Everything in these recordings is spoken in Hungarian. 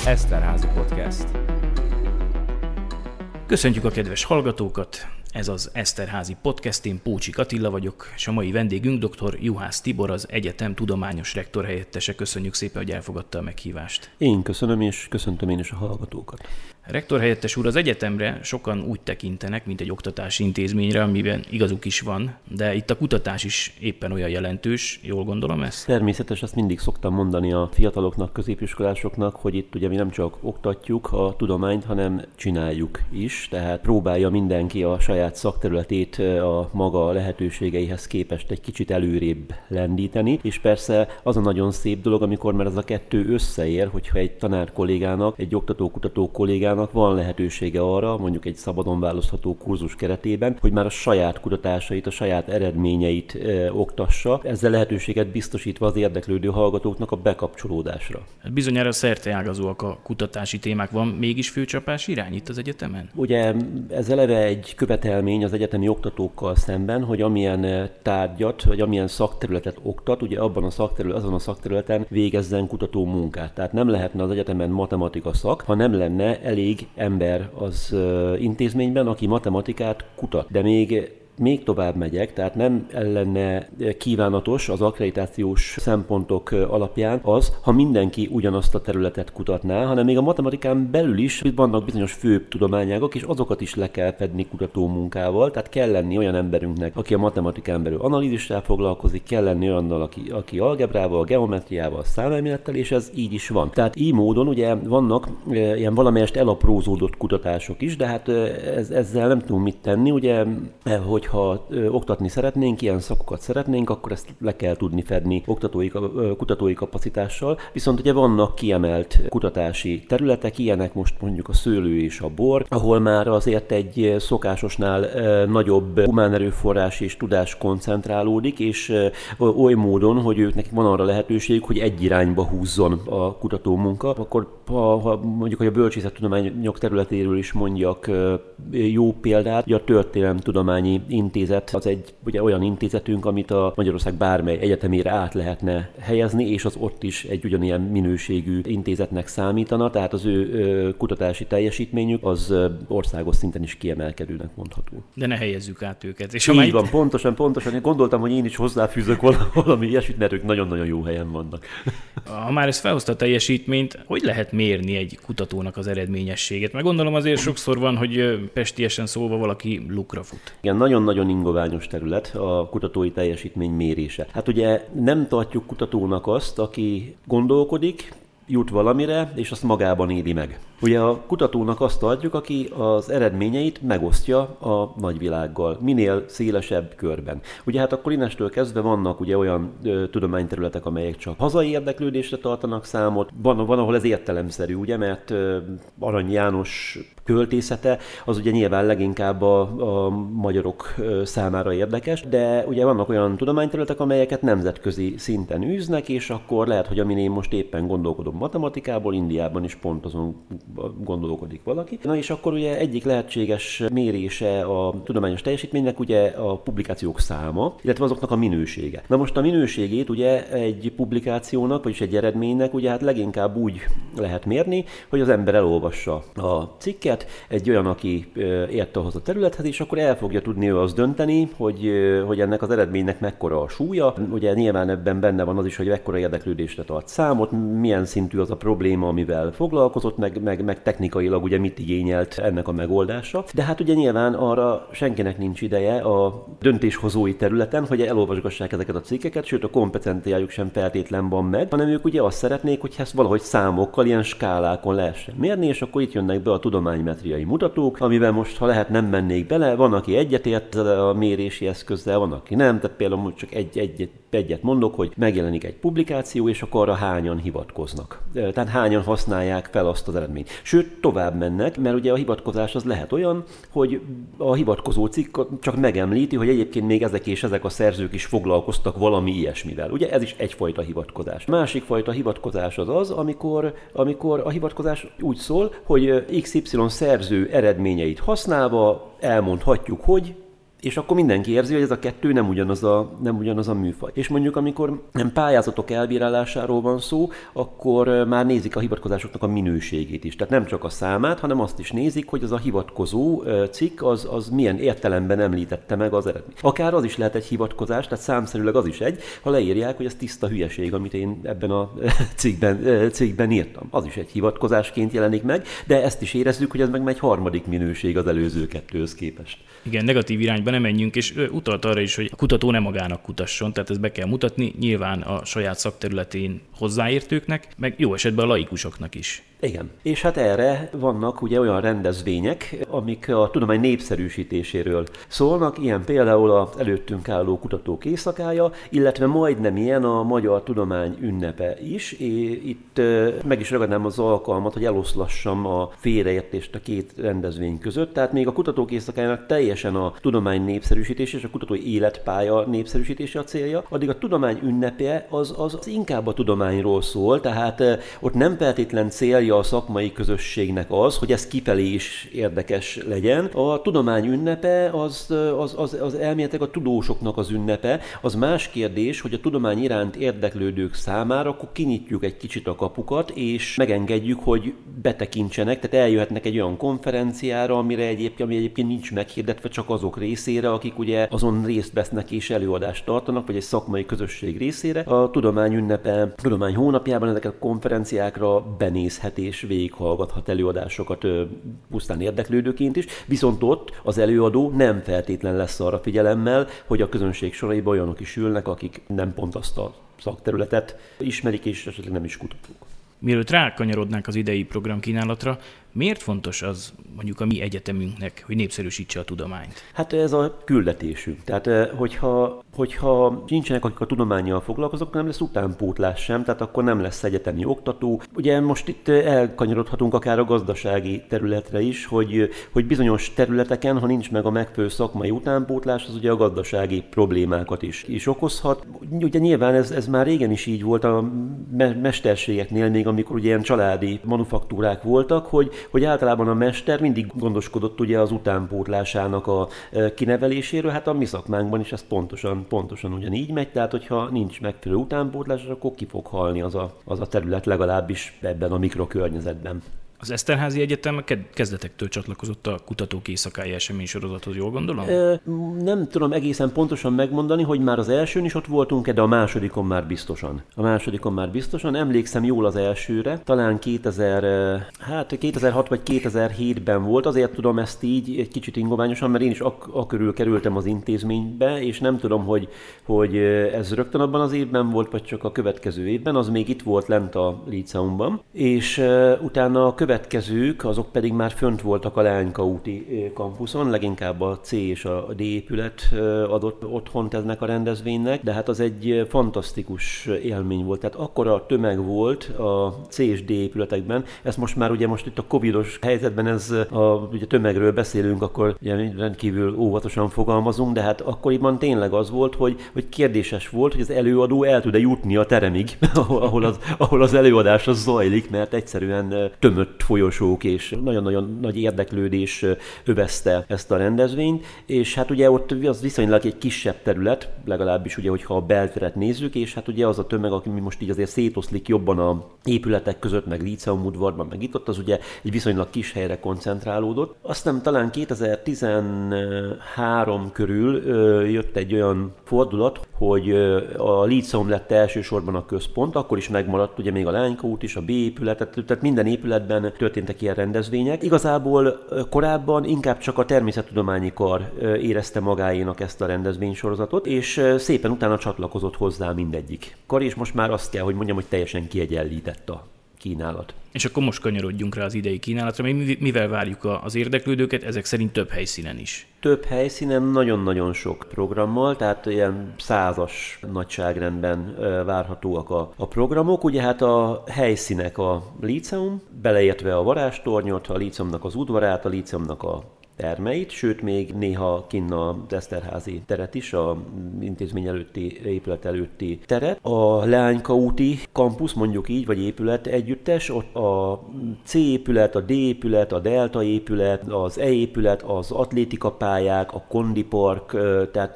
Eszterházi Podcast. Köszöntjük a kedves hallgatókat! Ez az Eszterházi Podcast, én Pócsik Attila vagyok, és a mai vendégünk dr. Juhász Tibor, az egyetem tudományos rektor helyettese. Köszönjük szépen, hogy elfogadta a meghívást. Én köszönöm, és köszöntöm én is a hallgatókat. Rektor helyettes úr, az egyetemre sokan úgy tekintenek, mint egy oktatási intézményre, amiben igazuk is van, de itt a kutatás is éppen olyan jelentős, jól gondolom ezt? Természetes, ezt mindig szoktam mondani a fiataloknak, középiskolásoknak, hogy itt ugye mi nem csak oktatjuk a tudományt, hanem csináljuk is, tehát próbálja mindenki a saját szakterületét a maga lehetőségeihez képest egy kicsit előrébb lendíteni, és persze az a nagyon szép dolog, amikor már ez a kettő összeér, hogyha egy tanár kollégának, egy oktató-kutató kollégának van lehetősége arra, mondjuk egy szabadon választható kurzus keretében, hogy már a saját kutatásait, a saját eredményeit oktassa, ezzel lehetőséget biztosítva az érdeklődő hallgatóknak a bekapcsolódásra. Bizonyára szerteágazóak a kutatási témák, van mégis főcsapás irány itt az egyetemen? Ugye ez eleve egy követelmény az egyetemi oktatókkal szemben, hogy amilyen tárgyat, vagy amilyen szakterületet oktat, ugye azon a szakterületen végezzen kutató munkát. Tehát nem lehetne az egyetemen matematika szak, ha nem lenne elég ember az intézményben, aki matematikát kutat. De még tovább megyek, tehát nem lenne kívánatos az akkreditációs szempontok alapján az, ha mindenki ugyanazt a területet kutatná, hanem még a matematikán belül is vannak bizonyos főbb tudományágak, és azokat is le kell fedni kutatómunkával, tehát kell lenni olyan emberünknek, aki a matematikán belül analízissel foglalkozik, kell lenni olyannal, aki algebrával, geometriával, számelmélettel, és ez így is van. Tehát így módon ugye vannak ilyen valamelyest elaprózódott kutatások is, de hát ezzel nem tudunk mit tenni, ugye, ha oktatni szeretnénk, ilyen szakokat szeretnénk, akkor ezt le kell tudni fedni kutatói kapacitással. Viszont ugye vannak kiemelt kutatási területek, ilyenek most mondjuk a szőlő és a bor, ahol már azért egy szokásosnál nagyobb humán erőforrás és tudás koncentrálódik, és oly módon, hogy nekik van arra lehetőségük, hogy egy irányba húzzon a kutatómunka. Akkor ha mondjuk, hogy a bölcsészettudományok területéről is mondjak jó példát, ugye a Történelemtudományi Intézet az egy ugye olyan intézetünk, amit a Magyarország bármely egyetemére át lehetne helyezni, és az ott is egy ugyanilyen minőségű intézetnek számítana, tehát az ő kutatási teljesítményük az országos szinten is kiemelkedőnek mondható. De ne helyezzük át őket. És így van, pontosan. Én gondoltam, hogy én is hozzáfűzök valami ilyesmit, mert ők nagyon-nagyon jó helyen vannak. Ha már ezt felhozta a teljesítményt, hogy lehet mérni egy kutatónak az eredményességét? Mert gondolom azért sokszor van, hogy pestiesen szólva valaki lukra fut. Igen, nagyon-nagyon ingoványos terület a kutatói teljesítmény mérése. Hát ugye nem tartjuk kutatónak azt, aki gondolkodik, jut valamire, és azt magában éli meg. Ugye a kutatónak azt adjuk, aki az eredményeit megosztja a nagyvilággal, minél szélesebb körben. Ugye hát akkor innestől kezdve vannak ugye olyan tudományterületek, amelyek csak hazai érdeklődésre tartanak számot, van ahol ez értelemszerű, ugye, mert Arany János költészete az ugye nyilván leginkább a magyarok számára érdekes, de ugye vannak olyan tudományterületek, amelyeket nemzetközi szinten űznek, és akkor lehet, hogy amin én most éppen gondolkodom matematikából, Indiában is pont azon gondolkodik valaki. Na és akkor ugye egyik lehetséges mérése a tudományos teljesítménynek ugye a publikációk száma, illetve azoknak a minősége. Na most a minőségét ugye egy publikációnak, vagyis egy eredménynek ugye hát leginkább úgy lehet mérni, hogy az ember elolvassa a cikket, egy olyan, aki ért ahhoz a területhez, és akkor el fogja tudni ő azt dönteni, hogy ennek az eredménynek mekkora a súlya. Ugye nyilván ebben benne van az is, hogy mekkora érdeklődésre tart számot, milyen szintű az a probléma, amivel foglalkozott, meg technikailag ugye mit igényelt ennek a megoldása. De hát ugye nyilván arra senkinek nincs ideje a döntéshozói területen, hogy elolvasgassák ezeket a cikkeket, sőt a kompetenciájuk sem feltétlen van meg, hanem ők ugye azt szeretnék, hogy ezt valahogy számokkal, ilyen skálákon lehessen mérni, és akkor itt jönnek be a tudománymetriai mutatók, amiben most, ha lehet, nem mennék bele, van, aki egyetért a mérési eszközzel, van, aki nem, tehát például csak egyet mondok, hogy megjelenik egy publikáció, és akkor arra hányan hivatkoznak. Tehát hányan használják fel azt az eredményt. Sőt, tovább mennek, mert ugye a hivatkozás az lehet olyan, hogy a hivatkozó cikk csak megemlíti, hogy egyébként még ezek a szerzők is foglalkoztak valami ilyesmivel. Ugye ez is egyfajta hivatkozás. Másik fajta hivatkozás az, amikor a hivatkozás úgy szól, hogy XY szerző eredményeit használva elmondhatjuk, hogy És akkor mindenki érzi, hogy ez a kettő nem ugyanaz a műfaj. És mondjuk, amikor nem pályázatok elbírálásáról van szó, akkor már nézik a hivatkozásoknak a minőségét is. Tehát nem csak a számát, hanem azt is nézik, hogy az a hivatkozó cikk az milyen értelemben említette meg az eredményt. Akár az is lehet egy hivatkozás, tehát számszerűleg az is ha leírják, hogy ez tiszta hülyeség, amit én ebben a cikkben írtam. Az is egy hivatkozásként jelenik meg, de ezt is érezzük, hogy ez meg egy harmadik minőség az előző kettőhöz képest. Igen, negatív irányba nem menjünk, és utalt arra is, hogy a kutató nem magának kutasson, tehát ezt be kell mutatni, nyilván a saját szakterületén hozzáértőknek, meg jó esetben a laikusoknak is. Igen. És hát erre vannak ugye olyan rendezvények, amik a tudomány népszerűsítéséről szólnak, ilyen például az előttünk álló kutatók éjszakája, illetve majdnem ilyen a Magyar Tudomány ünnepe is. Itt meg is ragadnám az alkalmat, hogy eloszlassam a félreértést a két rendezvény között. Tehát még a kutatók éjszakájának teljesen a tudomány népszerűsítése és a kutatói életpálya népszerűsítése a célja, addig a tudomány ünnepe az inkább a tudományról szól, tehát ott nem feltétlen célja a szakmai közösségnek az, hogy ez kifelé is érdekes legyen. A tudomány ünnepe az elméletileg a tudósoknak az ünnepe. Az más kérdés, hogy a tudomány iránt érdeklődők számára akkor kinyitjuk egy kicsit a kapukat, és megengedjük, hogy betekintsenek, tehát eljöhetnek egy olyan konferenciára, ami egyébként nincs meghirdetve csak azok részére, akik ugye azon részt vesznek és előadást tartanak, vagy egy szakmai közösség részére. A tudomány ünnepe, tudomány hónapjában ezeket a konferenciákra benézhet és végighallgathat előadásokat pusztán érdeklődőként is, viszont ott az előadó nem feltétlen lesz arra figyelemmel, hogy a közönség soraiban olyanok is ülnek, akik nem pont azt a szakterületet ismerik, és esetleg nem is kutatók. Mielőtt rákanyarodnánk az idei programkínálatra, miért fontos az mondjuk a mi egyetemünknek, hogy népszerűsítse a tudományt? Hát ez a küldetésünk. Tehát hogyha nincsenek, akik a tudománnyal foglalkoznak, nem lesz utánpótlás sem, tehát akkor nem lesz egyetemi oktató. Ugye most itt elkanyarodhatunk akár a gazdasági területre is, hogy bizonyos területeken, ha nincs meg a megfelelő szakmai utánpótlás, az ugye a gazdasági problémákat is okozhat. Ugye nyilván ez már régen is így volt a mesterségeknél, még amikor ugye ilyen családi manufaktúrák voltak, hogy általában a mester mindig gondoskodott ugye az utánpótlásának a kineveléséről, hát a mi szakmánkban is ez pontosan ugyanígy megy, tehát hogyha nincs megfelelő utánpótlás, akkor ki fog halni az a terület legalábbis ebben a mikrokörnyezetben. Az Eszterházy Egyetem kezdetektől csatlakozott a Kutatók Éjszakája eseménysorozathoz, jól gondolom? Nem tudom egészen pontosan megmondani, hogy már az elsőn is ott voltunk, de a másodikon már biztosan. Emlékszem jól az elsőre, talán 2006 vagy 2007-ben volt, azért tudom ezt így egy kicsit ingoványosan, mert én is akörül kerültem az intézménybe, és nem tudom, hogy ez rögtön abban az évben volt, vagy csak a következő évben, az még itt volt lent a Líceumban, és utána a következők, azok pedig már fönt voltak a Leányka úti kampuszon, leginkább a C és a D épület adott otthont ennek a rendezvénynek, de hát az egy fantasztikus élmény volt. Tehát akkora tömeg volt a C és D épületekben, ezt most itt a covidos helyzetben ugye tömegről beszélünk, akkor ugye rendkívül óvatosan fogalmazunk, de hát akkoriban tényleg az volt, hogy kérdéses volt, hogy az előadó el tud-e jutni a teremig, ahol az előadás az zajlik, mert egyszerűen tömött folyosók és nagyon-nagyon nagy érdeklődés övezte ezt a rendezvényt, és hát ugye ott az viszonylag egy kisebb terület, legalábbis ugye, hogyha a belteret nézzük, és hát ugye az a tömeg, aki most így azért szétoszlik jobban a épületek között, meg Líceum udvarban, meg itt, az ugye egy viszonylag kis helyre koncentrálódott. Aztán talán 2013 körül jött egy olyan fordulat, hogy a Líceum lett elsősorban a központ, akkor is megmaradt ugye még a Leányka út is, a B épület, tehát minden épületben történtek ilyen rendezvények. Igazából korábban inkább csak a természettudományi kar érezte magáénak ezt a rendezvénysorozatot, és szépen utána csatlakozott hozzá mindegyik kar, és most már azt kell, hogy mondjam, hogy teljesen kiegyenlített a kínálat. És akkor most kanyarodjunk rá az idei kínálatra, mivel várjuk az érdeklődőket, ezek szerint több helyszínen is. Több helyszínen, nagyon-nagyon sok programmal, tehát ilyen 100-as nagyságrendben várhatóak a programok. Ugye hát a helyszínek a Líceum, beleértve a Varázstornyot, a Líceumnak az udvarát, a Líceumnak a termeit, sőt még néha kinn az Eszterházi teret is, a intézmény előtti, épület előtti teret. A Leányka úti kampusz, mondjuk így, vagy épület együttes, ott a C épület, a D épület, a Delta épület, az E épület, az atlétikapályák, a kondipark, tehát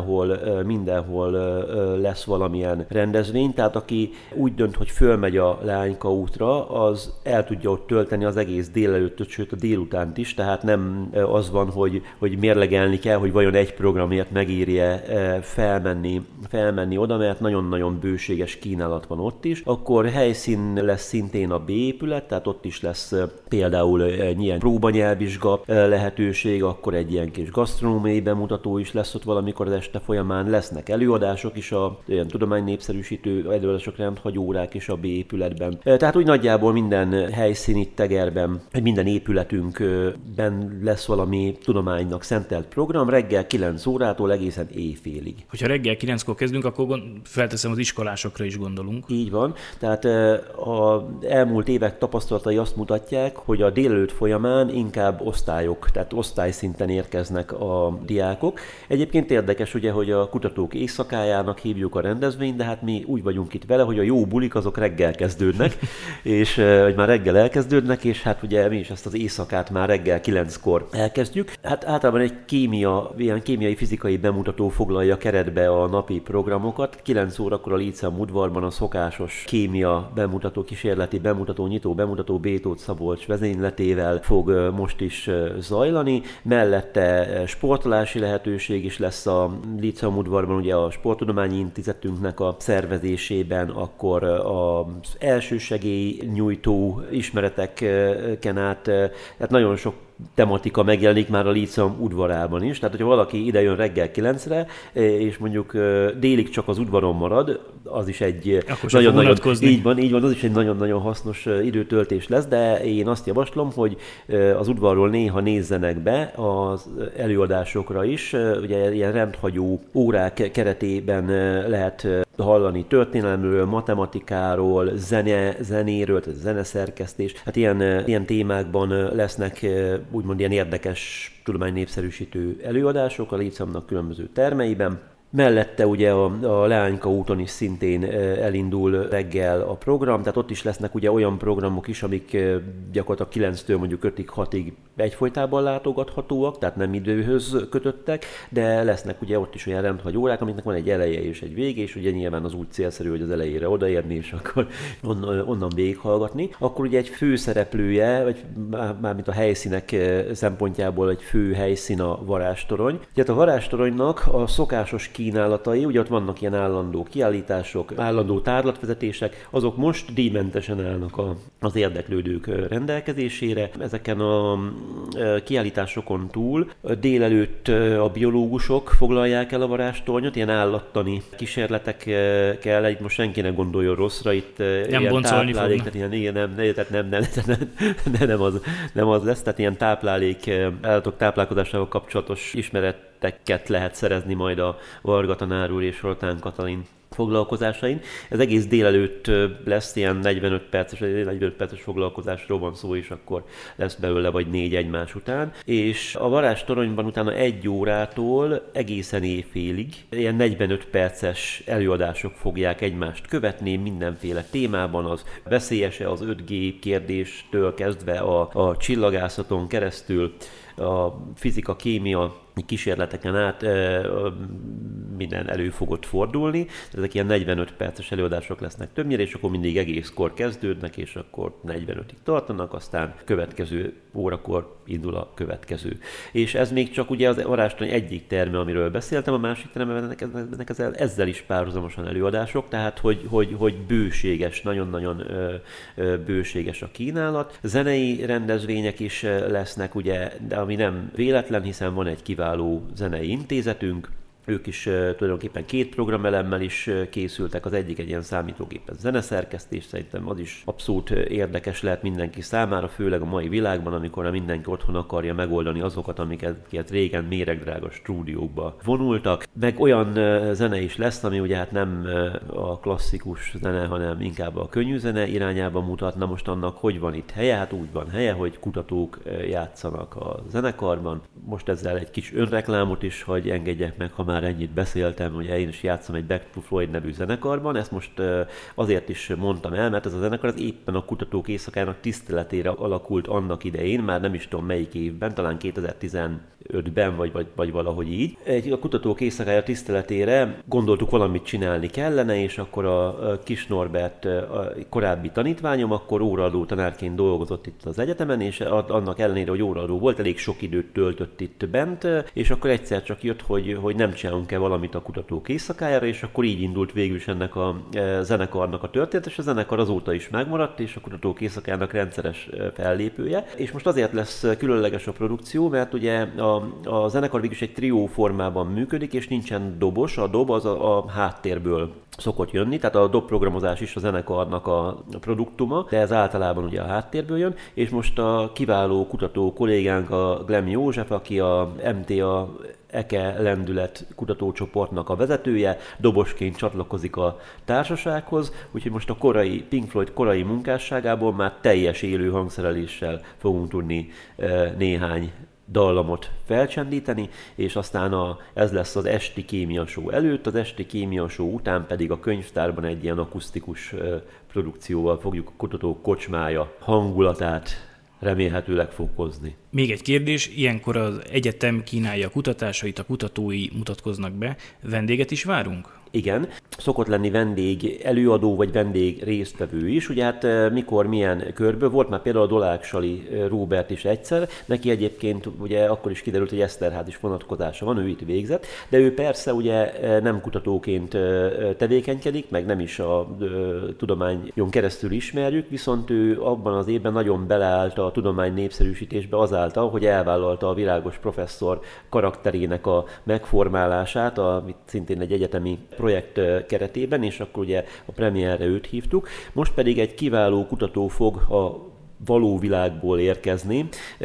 mindenhol lesz valamilyen rendezvény, tehát aki úgy dönt, hogy fölmegy a Leányka útra, az el tudja ott tölteni az egész délelőttöt, sőt a délutánt is, tehát nem az van, hogy mérlegelni kell, hogy vajon egy programért megírje felmenni oda, mert nagyon-nagyon bőséges kínálat van ott is. Akkor helyszín lesz szintén a B épület, tehát ott is lesz például egy ilyen próbanyelvvizsga lehetőség, akkor egy ilyen kis gasztronómiai bemutató is lesz ott valamikor az este folyamán, lesznek előadások is, ilyen tudománynépszerűsítő előadások, rendhagyó órák is a B épületben. Tehát úgy nagyjából minden helyszín itt Tegerben, minden épületünkben lesz valami tudománynak szentelt program, reggel 9 órától egészen éjfélig. Hogyha reggel 9-kor kezdünk, akkor felteszem, az iskolásokra is gondolunk. Így van, tehát az elmúlt évek tapasztalatai azt mutatják, hogy a délelőtt folyamán inkább osztályok, tehát osztályszinten érkeznek a diákok. Egyébként érdekes ugye, hogy a kutatók éjszakájának hívjuk a rendezvényt, de hát mi úgy vagyunk itt vele, hogy a jó bulik azok reggel kezdődnek, és hogy már reggel elkezdődnek, és hát ugye mi is ezt az éjszakát már reggel 9-kor elkezdjük. Hát általában egy ilyen kémiai-fizikai bemutató foglalja keretbe a napi programokat. 9 órakor a Líceum udvarban a szokásos kémia bemutató, kísérleti bemutató, nyitó bemutató Bétót Szabolcs vezényletével fog most is zajlani. Mellette sportolási lehetőség is lesz a Líceum udvarban, ugye a Sporttudományi Intézetünknek a szervezésében, akkor az elsősegélynyújtó ismereteken át, tehát nagyon sok tematika megjelenik már a Líceum udvarában is. Tehát, hogyha valaki ide jön reggel 9-re, és mondjuk délig csak az udvaron marad, az is egy nagyon-nagyon, így van, az is egy nagyon-nagyon hasznos időtöltés lesz, de én azt javaslom, hogy az udvarról néha nézzenek be az előadásokra is. Ugye ilyen rendhagyó órák keretében lehet hallani történelemről, matematikáról, zenéről, tehát zeneszerkesztés. Hát ilyen témákban lesznek úgymond ilyen érdekes tudománynépszerűsítő előadások a Líceumnak különböző termeiben. Mellette ugye a Leányka úton is szintén elindul reggel a program, tehát ott is lesznek ugye olyan programok is, amik gyakorlatilag 9-től mondjuk 5-ig, 6-ig egyfolytában látogathatóak, tehát nem időhöz kötöttek, de lesznek ugye ott is olyan rendhagyó órák, amiknek van egy eleje és egy vége, és ugye nyilván az úgy célszerű, hogy az elejére odaérni, és akkor onnan végighallgatni. Akkor ugye egy főszereplője, vagy mármint a helyszínek szempontjából egy fő helyszín a Varázstorony. Ugye a Varázstoronynak a szokásos kínálatai, ugye ott vannak ilyen állandó kiállítások, állandó tárlatvezetések, azok most díjmentesen állnak az érdeklődők rendelkezésére. Ezeken a kiállításokon túl délelőtt a biológusok foglalják el a Varázstornyot, ilyen állattani kísérletekkel, itt most senki ne gondoljon rosszra, itt nem boncolni fognak. Nem az lesz, tehát ilyen állatok táplálkozásával kapcsolatos ismereteket lehet szerezni majd a Varga tanár úr és Rotán Katalin foglalkozásain. Ez egész délelőtt lesz, ilyen 45 perces foglalkozásról van szó, és akkor lesz belőle vagy 4 egymás után. És a Varázstoronyban utána 1 órától egészen éjfélig ilyen 45 perces előadások fogják egymást követni mindenféle témában, az veszélyese az 5G kérdéstől kezdve a csillagászaton keresztül, a fizika, kémia kísérleteken át minden elő fogott fordulni. Ezek ilyen 45 perces előadások lesznek többnyire, és akkor mindig egészkor kezdődnek, és akkor 45-ig tartanak, aztán következő órakor indul a következő. És ez még csak ugye az Varázstorony egyik terme, amiről beszéltem, a másik termeben ezzel is párhuzamosan előadások, tehát hogy bőséges, nagyon-nagyon bőséges a kínálat. Zenei rendezvények is lesznek, ugye, de ami nem véletlen, hiszen van egy kiváló zenei intézetünk, Ők is tulajdonképpen 2 programelemmel is készültek, az egyik egy ilyen számítógépes zeneszerkesztés, szerintem az is abszolút érdekes lehet mindenki számára, főleg a mai világban, amikor mindenki otthon akarja megoldani azokat, amiket régen méregdrága stúdiókba vonultak. Meg olyan zene is lesz, ami ugye hát nem a klasszikus zene, hanem inkább a könnyű zene irányába mutatna. Most annak hogy van itt helye? Hát úgy van helye, hogy kutatók játszanak a zenekarban. Most ezzel egy kis önreklámot is, hogy engedjek meg, ha már ennyit beszéltem, ugye én is játszom egy Back to Floyd nevű zenekarban, ezt most azért is mondtam el, mert ez a zenekar az éppen a Kutatók Éjszakájának tiszteletére alakult annak idején, már nem is tudom melyik évben, talán 2015-ben, vagy valahogy így. A Kutatók Éjszakája tiszteletére gondoltuk, valamit csinálni kellene, és akkor a Kis Norbert, a korábbi tanítványom, akkor óraadó tanárként dolgozott itt az egyetemen, és annak ellenére, hogy óraadó volt, elég sok időt töltött itt bent, és akkor egyszer csak jött, hogy nem csinálunk-e valamit a Kutatók Éjszakájára, és akkor így indult végül is ennek a zenekarnak a történet, és a zenekar azóta is megmaradt, és a Kutatók Éjszakájának rendszeres fellépője. És most azért lesz különleges a produkció, mert ugye a zenekar végül is egy trió formában működik, és nincsen dobos, a dob az a háttérből szokott jönni, tehát a dobprogramozás is a zenekarnak a produktuma, de ez általában ugye a háttérből jön, és most a kiváló kutató kollégánk, a Glem József, aki a MTA Eke lendület kutatócsoportnak a vezetője, dobosként csatlakozik a társasághoz, úgyhogy most a Pink Floyd korai munkásságából már teljes élő hangszereléssel fogunk tudni néhány dallamot felcsendíteni, és aztán ez lesz az esti kémia show előtt, az esti kémia show után pedig a könyvtárban egy ilyen akusztikus produkcióval fogjuk a Kutatók Kocsmája hangulatát remélhetőleg fokozni. Még egy kérdés, ilyenkor az egyetem kínálja a kutatásait, a kutatói mutatkoznak be, vendéget is várunk? Igen, szokott lenni vendég előadó vagy vendég résztvevő is, ugye hát mikor milyen körből volt, már például a Dolág-Sali Róbert is egyszer, neki egyébként ugye akkor is kiderült, hogy Eszterház is vonatkozása van, ő itt végzett, de ő persze ugye nem kutatóként tevékenykedik, meg nem is a tudományon keresztül ismerjük, viszont ő abban az évben nagyon beleállt a tudomány népszerűsítésbe azáltal, hogy elvállalta a Virágos professzor karakterének a megformálását, amit szintén egy egyetemi projekt keretében, és akkor ugye a premierre őt hívtuk. Most pedig egy kiváló kutató fog a való világból érkezni,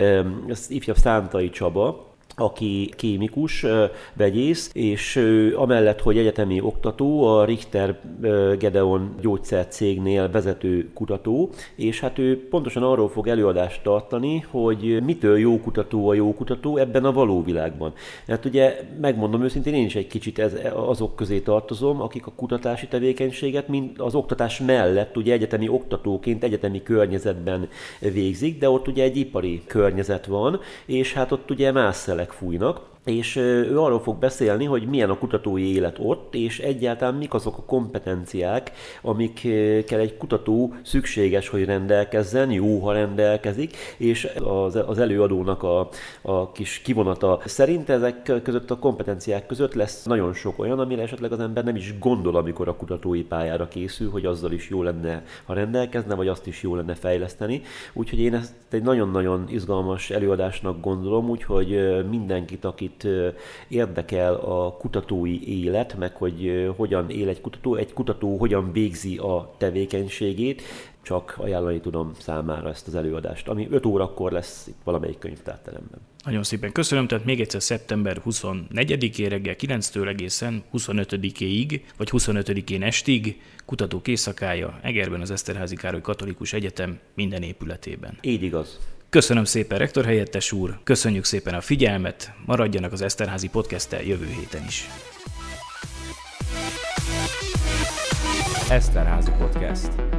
ez ifjabb Szántai Csaba, aki kémikus, vegyész, és amellett, hogy egyetemi oktató, a Richter Gedeon gyógyszercégnél vezető kutató, és hát ő pontosan arról fog előadást tartani, hogy mitől jó kutató a jó kutató ebben a való világban. Hát ugye megmondom őszintén, én is egy kicsit azok közé tartozom, akik a kutatási tevékenységet az oktatás mellett ugye egyetemi oktatóként egyetemi környezetben végzik, de ott ugye egy ipari környezet van, és hát ott ugye más szelek fújnak, és ő arról fog beszélni, hogy milyen a kutatói élet ott, és egyáltalán mik azok a kompetenciák, amikkel egy kutató szükséges, hogy rendelkezzen, jó, ha rendelkezik, és az előadónak a kis kivonata szerint ezek között a kompetenciák között lesz nagyon sok olyan, amire esetleg az ember nem is gondol, amikor a kutatói pályára készül, hogy azzal is jó lenne, ha rendelkezne, vagy azt is jó lenne fejleszteni. Úgyhogy én ezt egy nagyon-nagyon izgalmas előadásnak gondolom, úgyhogy mindenkit, akit érdekel a kutatói élet, meg hogy hogyan él egy kutató hogyan végzi a tevékenységét, csak ajánlani tudom számára ezt az előadást, ami 5 órakor lesz itt valamelyik könyvtárteremben. Nagyon szépen köszönöm, tehát még egyszer szeptember 24-én reggel 9-től egészen 25-éig, vagy 25-én estig Kutatók Éjszakája Egerben, az Eszterházy Károly Katolikus Egyetem minden épületében. Így igaz. Köszönöm szépen, rektor helyettes úr, köszönjük szépen a figyelmet, maradjanak az Eszterházy Podcasttel jövő héten is. Eszterházy Podcast.